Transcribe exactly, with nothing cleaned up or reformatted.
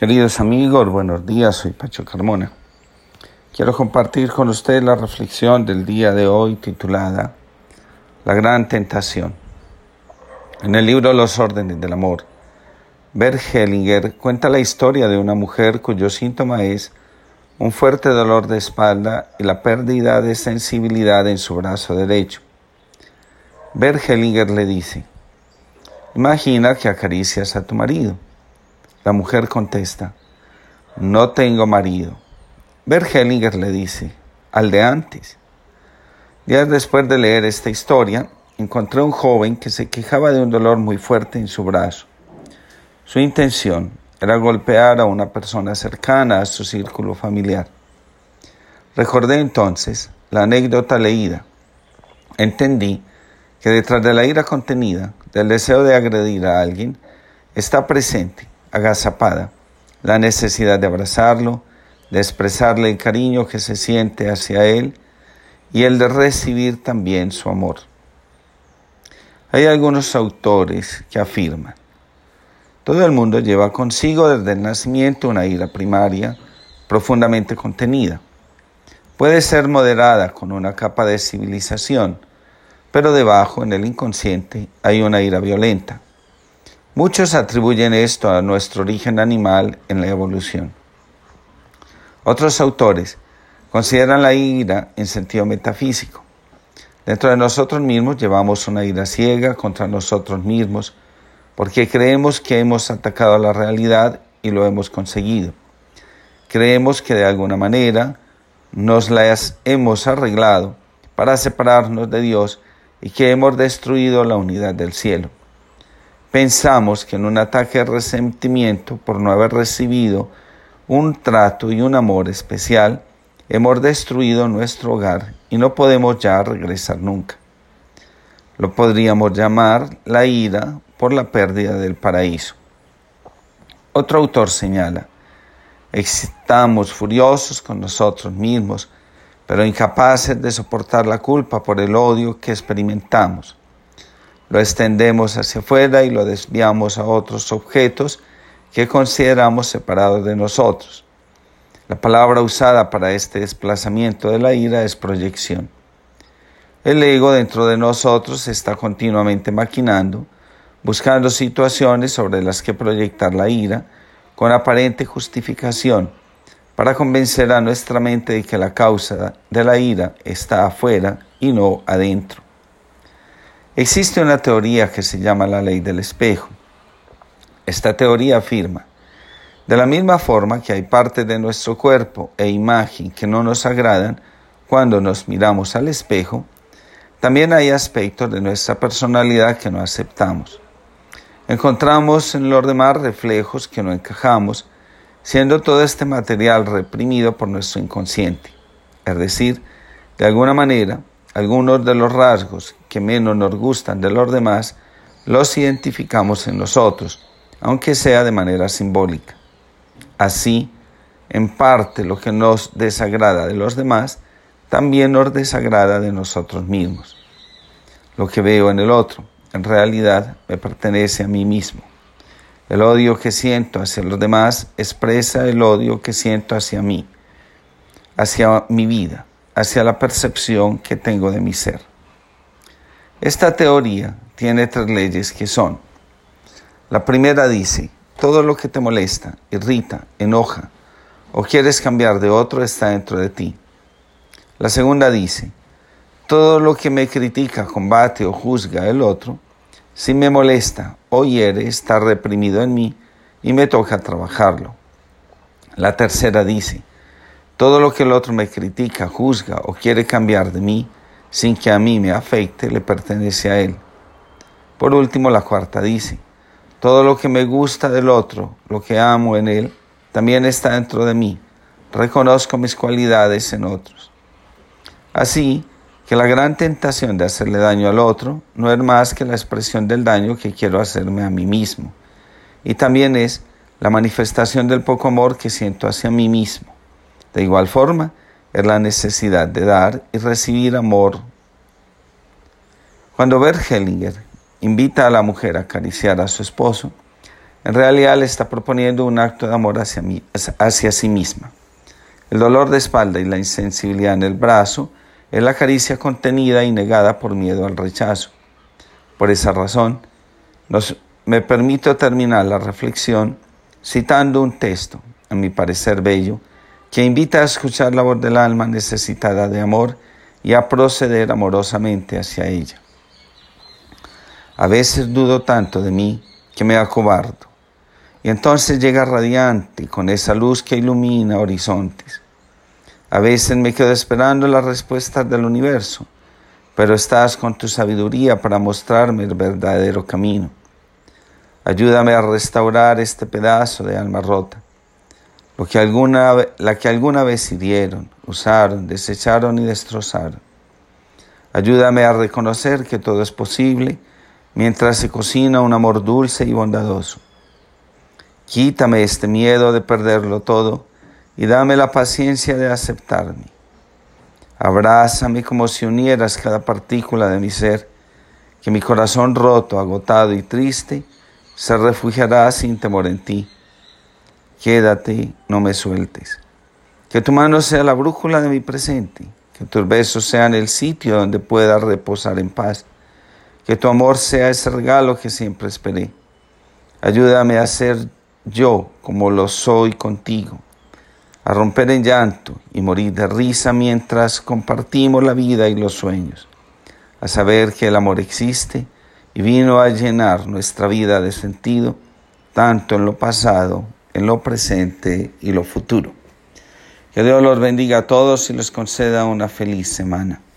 Queridos amigos, buenos días, soy Pacho Carmona. Quiero compartir con ustedes la reflexión del día de hoy titulada La Gran Tentación. En el libro Los Órdenes del Amor, Bert Hellinger cuenta la historia de una mujer cuyo síntoma es un fuerte dolor de espalda y la pérdida de sensibilidad en su brazo derecho. Bert Hellinger le dice: imagina que acaricias a tu marido. La mujer contesta: no tengo marido. Bert Hellinger le dice: al de antes. Días después de leer esta historia, encontré un joven que se quejaba de un dolor muy fuerte en su brazo. Su intención era golpear a una persona cercana a su círculo familiar. Recordé entonces la anécdota leída. Entendí que detrás de la ira contenida, del deseo de agredir a alguien, está presente, agazapada, la necesidad de abrazarlo, de expresarle el cariño que se siente hacia él y el de recibir también su amor. Hay algunos autores que afirman: todo el mundo lleva consigo desde el nacimiento una ira primaria profundamente contenida. Puede ser moderada con una capa de civilización, pero debajo, en el inconsciente, hay una ira violenta. Muchos atribuyen esto a nuestro origen animal en la evolución. Otros autores consideran la ira en sentido metafísico. Dentro de nosotros mismos llevamos una ira ciega contra nosotros mismos porque creemos que hemos atacado a la realidad y lo hemos conseguido. Creemos que de alguna manera nos las hemos arreglado para separarnos de Dios y que hemos destruido la unidad del cielo. Pensamos que en un ataque de resentimiento por no haber recibido un trato y un amor especial, hemos destruido nuestro hogar y no podemos ya regresar nunca. Lo podríamos llamar la ira por la pérdida del paraíso. Otro autor señala: estamos furiosos con nosotros mismos, pero incapaces de soportar la culpa por el odio que experimentamos. Lo extendemos hacia afuera y lo desviamos a otros objetos que consideramos separados de nosotros. La palabra usada para este desplazamiento de la ira es proyección. El ego dentro de nosotros está continuamente maquinando, buscando situaciones sobre las que proyectar la ira con aparente justificación para convencer a nuestra mente de que la causa de la ira está afuera y no adentro. Existe una teoría que se llama la ley del espejo. Esta teoría afirma: de la misma forma que hay partes de nuestro cuerpo e imagen que no nos agradan cuando nos miramos al espejo, también hay aspectos de nuestra personalidad que no aceptamos. Encontramos en los demás reflejos que no encajamos, siendo todo este material reprimido por nuestro inconsciente. Es decir, de alguna manera, algunos de los rasgos que menos nos gustan de los demás los identificamos en nosotros, aunque sea de manera simbólica. Así, en parte lo que nos desagrada de los demás, también nos desagrada de nosotros mismos. Lo que veo en el otro, en realidad, me pertenece a mí mismo. El odio que siento hacia los demás expresa el odio que siento hacia mí, hacia mi vida, hacia la percepción que tengo de mi ser. Esta teoría tiene tres leyes que son: la primera dice: todo lo que te molesta, irrita, enoja o quieres cambiar de otro está dentro de ti. La segunda dice: todo lo que me critica, combate o juzga el otro, si me molesta o hiere, está reprimido en mí y me toca trabajarlo. La tercera dice: todo lo que el otro me critica, juzga o quiere cambiar de mí, sin que a mí me afecte, le pertenece a él. Por último, la cuarta dice: todo lo que me gusta del otro, lo que amo en él, también está dentro de mí. Reconozco mis cualidades en otros. Así que la gran tentación de hacerle daño al otro no es más que la expresión del daño que quiero hacerme a mí mismo. Y también es la manifestación del poco amor que siento hacia mí mismo. De igual forma, es la necesidad de dar y recibir amor. Cuando Bert Hellinger invita a la mujer a acariciar a su esposo, En realidad le está proponiendo un acto de amor hacia, mí, hacia sí misma. El dolor de espalda y la insensibilidad en el brazo es la caricia contenida y negada por miedo al rechazo. Por esa razón, nos, me permito terminar la reflexión citando un texto, a mi parecer bello, que invita a escuchar la voz del alma necesitada de amor y a proceder amorosamente hacia ella. A veces dudo tanto de mí que me acobardo, y entonces llega radiante con esa luz que ilumina horizontes. A veces me quedo esperando las respuestas del universo, pero estás con tu sabiduría para mostrarme el verdadero camino. Ayúdame a restaurar este pedazo de alma rota, lo que alguna, la que alguna vez hirieron, usaron, desecharon y destrozaron. Ayúdame a reconocer que todo es posible mientras se cocina un amor dulce y bondadoso. Quítame este miedo de perderlo todo y dame la paciencia de aceptarme. Abrázame como si unieras cada partícula de mi ser, que mi corazón roto, agotado y triste se refugiará sin temor en ti. Quédate, no me sueltes. Que tu mano sea la brújula de mi presente, que tus besos sean el sitio donde pueda reposar en paz, que tu amor sea ese regalo que siempre esperé. Ayúdame a ser yo como lo soy contigo, a romper en llanto y morir de risa mientras compartimos la vida y los sueños, a saber que el amor existe y vino a llenar nuestra vida de sentido, tanto en lo pasado, en lo presente y lo futuro. Que Dios los bendiga a todos y les conceda una feliz semana.